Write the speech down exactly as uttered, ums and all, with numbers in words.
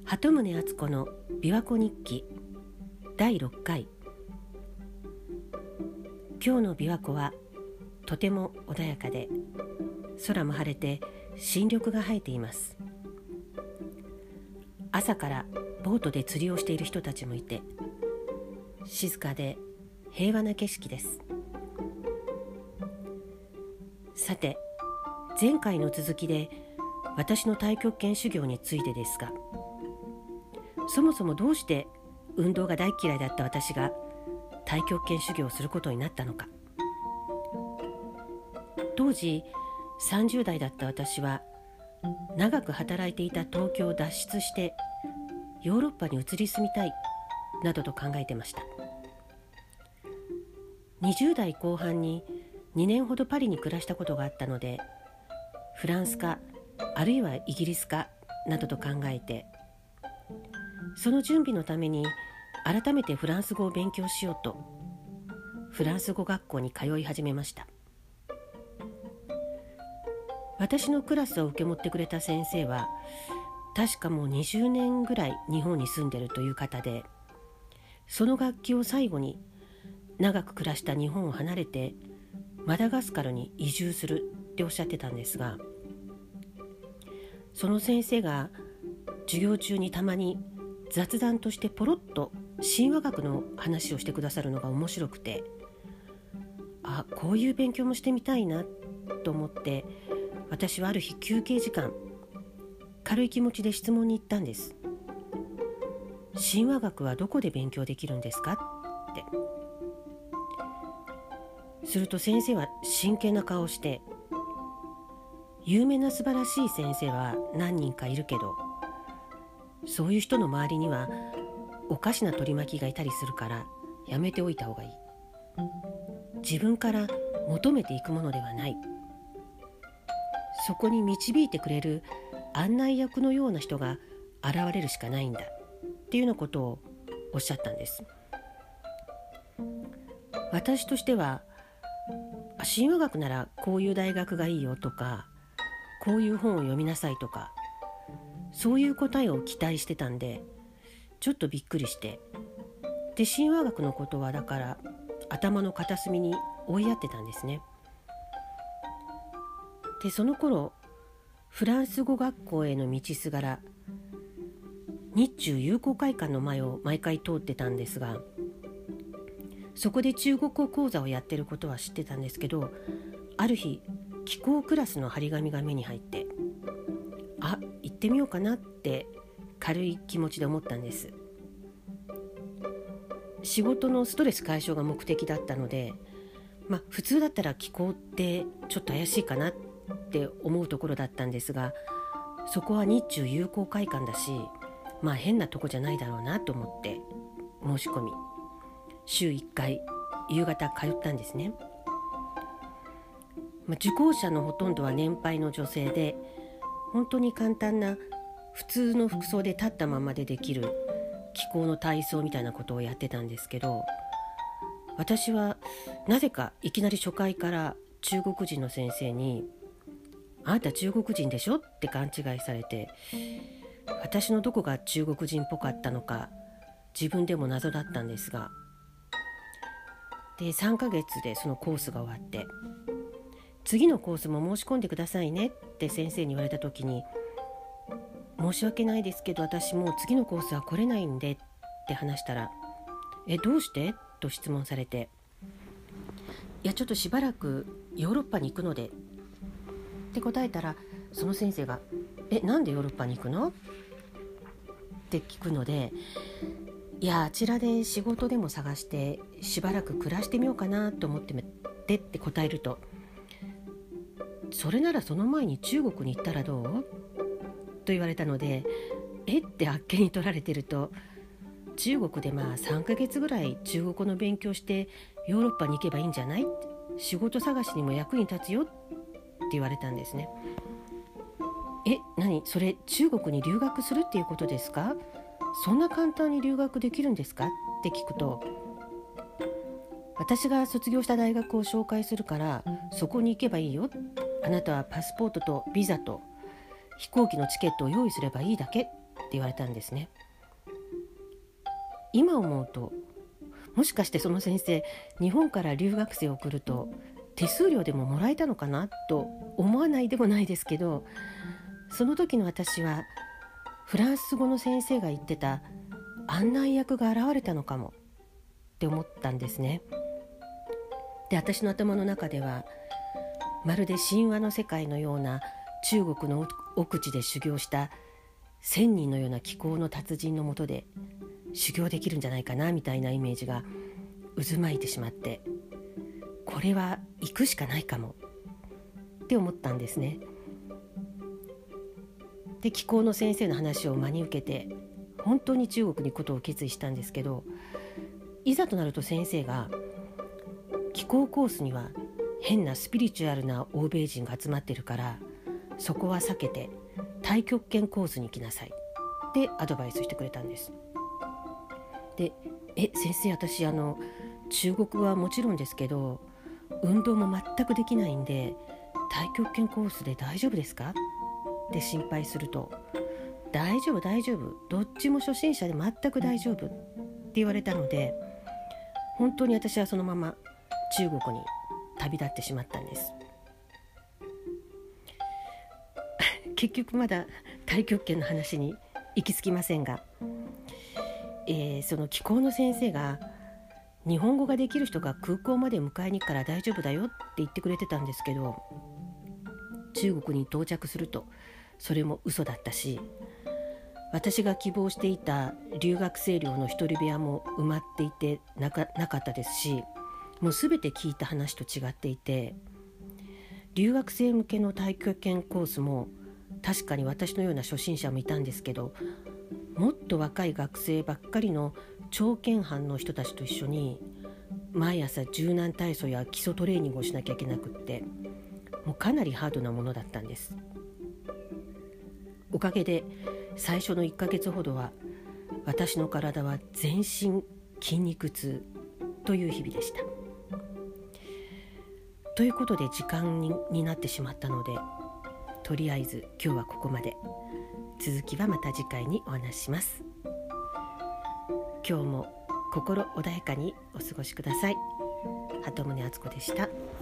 鳩宗敦子の琵琶湖日記だいろっかい。今日の琵琶湖はとても穏やかで、空も晴れて新緑が生えています。朝からボートで釣りをしている人たちもいて、静かで平和な景色です。さて、前回の続きで私の太極拳修行についてですが、そもそもどうして運動が大嫌いだった私が太極拳修行をすることになったのか。当時さんじゅう代だった私は、長く働いていた東京を脱出してヨーロッパに移り住みたいなどと考えてました。にじゅう代後半ににねんほどパリに暮らしたことがあったので、フランスかあるいはイギリスかなどと考えて、その準備のために改めてフランス語を勉強しようとフランス語学校に通い始めました。私のクラスを受け持ってくれた先生は、確かもうにじゅうねんぐらい日本に住んでるという方で、その学期を最後に長く暮らした日本を離れてマダガスカルに移住するっておっしゃってたんですが、その先生が授業中にたまに雑談としてポロッと神話学の話をしてくださるのが面白くて、あ、こういう勉強もしてみたいなと思って、私はある日休憩時間、軽い気持ちで質問に行ったんです。神話学はどこで勉強できるんですかって。すると先生は真剣な顔をして、有名な素晴らしい先生は何人かいるけど、そういう人の周りにはおかしな取り巻きがいたりするからやめておいた方がいい。自分から求めていくものではない。そこに導いてくれる案内役のような人が現れるしかないんだっていうようなことをおっしゃったんです。私としては、神話学ならこういう大学がいいよとか、こういう本を読みなさいとか、そういう答えを期待してたんで、ちょっとびっくりして、で神話学のことはだから頭の片隅に追いやってたんですね。でその頃フランス語学校への道すがら日中友好会館の前を毎回通ってたんですが、そこで中国語講座をやってることは知ってたんですけど、ある日気候クラスの張り紙が目に入って、あ、行ってみようかなって軽い気持ちで思ったんです。仕事のストレス解消が目的だったので、まあ普通だったら気候ってちょっと怪しいかなって思うところだったんですが、そこは日中友好会館だし、まあ変なとこじゃないだろうなと思って申し込み、週いっかい夕方通ったんですね。まあ、受講者のほとんどは年配の女性で、本当に簡単な普通の服装で立ったままでできる気功の体操みたいなことをやってたんですけど、私はなぜかいきなり初回から中国人の先生に、あなた中国人でしょって勘違いされて、私のどこが中国人っぽかったのか自分でも謎だったんですが、でさんかげつでそのコースが終わって、次のコースも申し込んでくださいねって先生に言われた時に、申し訳ないですけど私もう次のコースは来れないんでって話したら、え、どうしてと質問されて、いやちょっとしばらくヨーロッパに行くのでって答えたら、その先生が、え、なんでヨーロッパに行くのって聞くので、いやあちらで仕事でも探してしばらく暮らしてみようかなと思っててって答えると、それならその前に中国に行ったらどうと言われたので、えってあっけに取られてると、中国でまあさんかげつぐらい中国語の勉強してヨーロッパに行けばいいんじゃない、仕事探しにも役に立つよって言われたんですね。え、何それ中国に留学するっていうことですか、そんな簡単に留学できるんですかって聞くと、私が卒業した大学を紹介するからそこに行けばいいよ、あなたはパスポートとビザと飛行機のチケットを用意すればいいだけっ言われたんですね。今思うと、もしかしてその先生、日本から留学生を送ると手数料でももらえたのかなと思わないでもないですけど、その時の私はフランス語の先生が言ってた案内役が現れたのかもって思ったんですね。で、私の頭の中では、まるで神話の世界のような中国の奥地で修行した千人のような気功の達人のもとで修行できるんじゃないかなみたいなイメージが渦巻いてしまって、これは行くしかないかもって思ったんですね。で、気功の先生の話を真に受けて本当に中国に行くことを決意したんですけど、いざとなると先生が、気功コースには変なスピリチュアルな欧米人が集まってるからそこは避けて太極拳コースに行きなさいってアドバイスしてくれたんです。で、え先生、私あの中国語はもちろんですけど運動も全くできないんで太極拳コースで大丈夫ですかって心配すると、大丈夫大丈夫、どっちも初心者で全く大丈夫って言われたので、本当に私はそのまま中国に旅立ってしまったんです結局まだ太極拳の話に行き着きませんが、えー、その気功の先生が、日本語ができる人が空港まで迎えに行くから大丈夫だよって言ってくれてたんですけど、中国に到着するとそれも嘘だったし、私が希望していた留学生寮の一人部屋も埋まっていてなか、なかったですし、もう全て聞いた話と違っていて、留学生向けの太極拳コースも確かに私のような初心者もいたんですけど、もっと若い学生ばっかりの長剣班の人たちと一緒に毎朝柔軟体操や基礎トレーニングをしなきゃいけなくって、もうかなりハードなものだったんです。おかげで最初のいっかげつほどは私の体は全身筋肉痛という日々でした。ということで時間 に, になってしまったので、とりあえず今日はここまで。続きはまた次回にお話しします。今日も心穏やかにお過ごしください。鳩宗敦子でした。